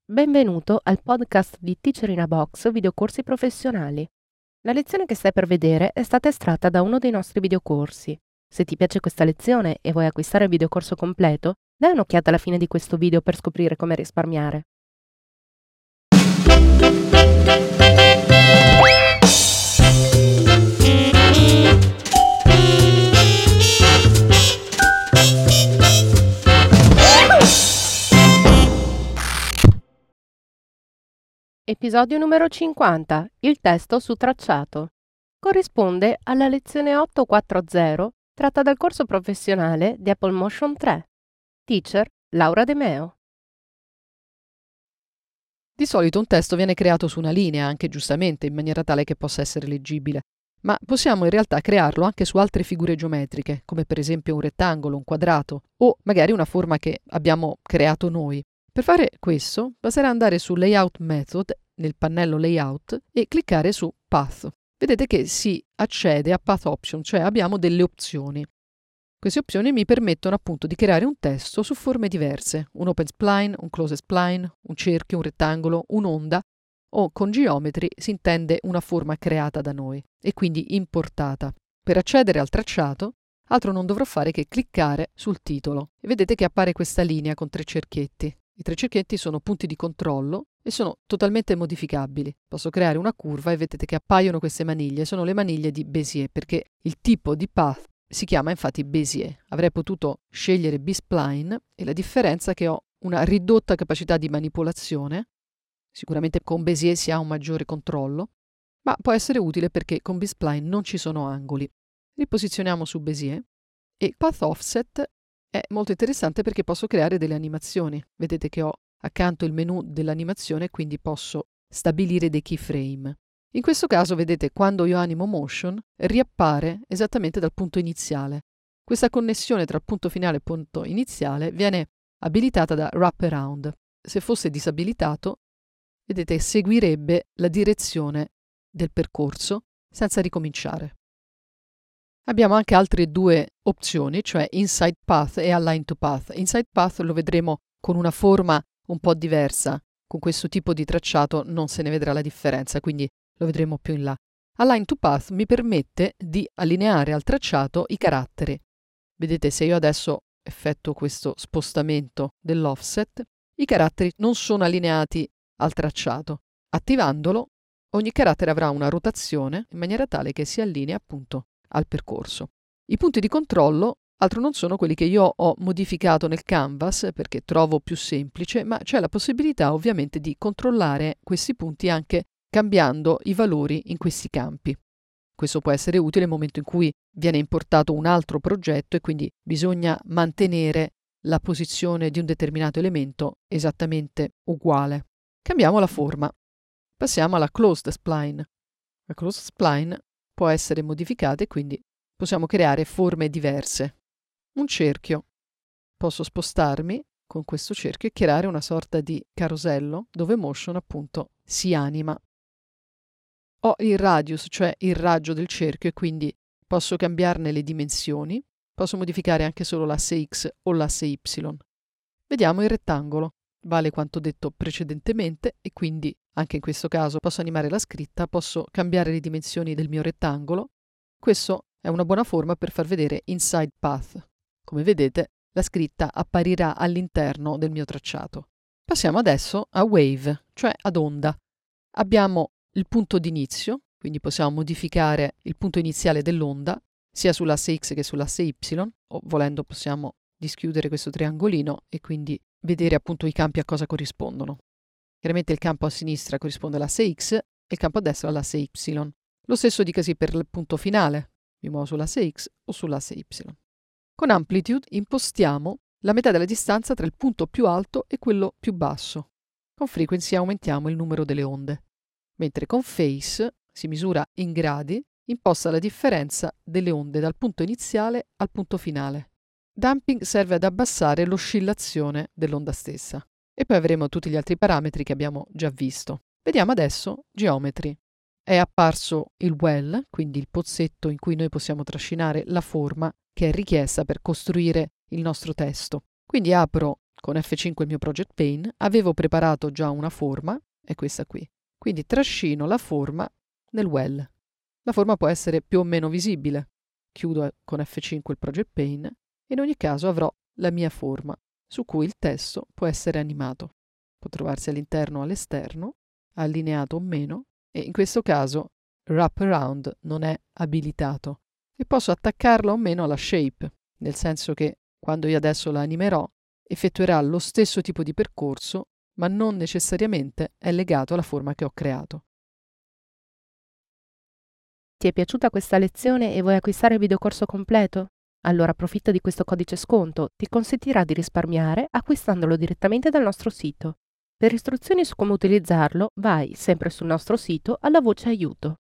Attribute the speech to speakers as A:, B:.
A: Benvenuto al podcast di Teacher in a Box videocorsi professionali. La lezione che stai per vedere è stata estratta da uno dei nostri videocorsi. Se ti piace questa lezione e vuoi acquistare il videocorso completo, dai un'occhiata alla fine di questo video per scoprire come risparmiare. Episodio numero 50. Il testo su tracciato. Corrisponde alla lezione 840 tratta dal corso professionale di Apple Motion 3. Teacher Laura De Meo.
B: Di solito un testo viene creato su una linea, anche giustamente, in maniera tale che possa essere leggibile, ma possiamo in realtà crearlo anche su altre figure geometriche, come per esempio un rettangolo, un quadrato o magari una forma che abbiamo creato noi. Per fare questo basterà andare su Layout Method nel pannello Layout e cliccare su Path. Vedete che si accede a Path Option, cioè abbiamo delle opzioni. Queste opzioni mi permettono appunto di creare un testo su forme diverse, un open spline, un closed spline, un cerchio, un rettangolo, un'onda, o con geometry si intende una forma creata da noi e quindi importata. Per accedere al tracciato, altro non dovrò fare che cliccare sul titolo e vedete che appare questa linea con 3 cerchietti. I 3 cerchietti sono punti di controllo e sono totalmente modificabili. Posso creare una curva e vedete che appaiono queste maniglie, sono le maniglie di Bézier perché il tipo di path si chiama infatti Bézier. Avrei potuto scegliere B-spline e la differenza è che ho una ridotta capacità di manipolazione. Sicuramente con Bézier si ha un maggiore controllo, ma può essere utile perché con B-spline non ci sono angoli. Riposizioniamo su Bézier e Path Offset è molto interessante perché posso creare delle animazioni. Vedete che ho accanto il menu dell'animazione, quindi posso stabilire dei keyframe. In questo caso, vedete, quando io animo motion, riappare esattamente dal punto iniziale. Questa connessione tra il punto finale e il punto iniziale viene abilitata da wraparound. Se fosse disabilitato, vedete, seguirebbe la direzione del percorso senza ricominciare. Abbiamo anche altre 2 opzioni, cioè Inside Path e Align to Path. Inside Path lo vedremo con una forma un po' diversa. Con questo tipo di tracciato non se ne vedrà la differenza, quindi lo vedremo più in là. Align to Path mi permette di allineare al tracciato i caratteri. Vedete, se io adesso effettuo questo spostamento dell'offset, i caratteri non sono allineati al tracciato. Attivandolo, ogni carattere avrà una rotazione in maniera tale che si allinea appunto al percorso. I punti di controllo altro non sono quelli che io ho modificato nel canvas perché trovo più semplice, ma c'è la possibilità ovviamente di controllare questi punti anche cambiando i valori in questi campi. Questo può essere utile nel momento in cui viene importato un altro progetto e quindi bisogna mantenere la posizione di un determinato elemento esattamente uguale. Cambiamo la forma. Passiamo alla closed spline. La closed spline può essere modificata e quindi possiamo creare forme diverse. Un cerchio. Posso spostarmi con questo cerchio e creare una sorta di carosello dove motion appunto si anima. Ho il radius, cioè il raggio del cerchio, e quindi posso cambiarne le dimensioni. Posso modificare anche solo l'asse X o l'asse Y. Vediamo il rettangolo. Vale quanto detto precedentemente e quindi anche in questo caso posso animare la scritta, posso cambiare le dimensioni del mio rettangolo. Questo è una buona forma per far vedere Inside Path. Come vedete, la scritta apparirà all'interno del mio tracciato. Passiamo adesso a Wave, cioè ad onda. Abbiamo il punto d'inizio, quindi possiamo modificare il punto iniziale dell'onda, sia sull'asse X che sull'asse Y, o volendo possiamo dischiudere questo triangolino e quindi vedere appunto i campi a cosa corrispondono. Chiaramente il campo a sinistra corrisponde all'asse X e il campo a destra all'asse Y. Lo stesso dicasi per il punto finale, mi muovo sull'asse X o sull'asse Y. Con Amplitude impostiamo la metà della distanza tra il punto più alto e quello più basso. Con Frequency aumentiamo il numero delle onde. Mentre con Phase si misura in gradi, imposta la differenza delle onde dal punto iniziale al punto finale. Damping serve ad abbassare l'oscillazione dell'onda stessa. E poi avremo tutti gli altri parametri che abbiamo già visto. Vediamo adesso Geometry. È apparso il well, quindi il pozzetto in cui noi possiamo trascinare la forma che è richiesta per costruire il nostro testo. Quindi apro con F5 il mio project pane, avevo preparato già una forma, è questa qui. Quindi trascino la forma nel well. La forma può essere più o meno visibile. Chiudo con F5 il project pane e in ogni caso avrò la mia forma su cui il testo può essere animato. Può trovarsi all'interno o all'esterno, allineato o meno, e in questo caso wraparound non è abilitato. E posso attaccarlo o meno alla shape, nel senso che quando io adesso la animerò effettuerà lo stesso tipo di percorso, ma non necessariamente è legato alla forma che ho creato.
A: Ti è piaciuta questa lezione e vuoi acquistare il videocorso completo? Allora approfitta di questo codice sconto, ti consentirà di risparmiare acquistandolo direttamente dal nostro sito. Per istruzioni su come utilizzarlo, vai sempre sul nostro sito alla voce aiuto.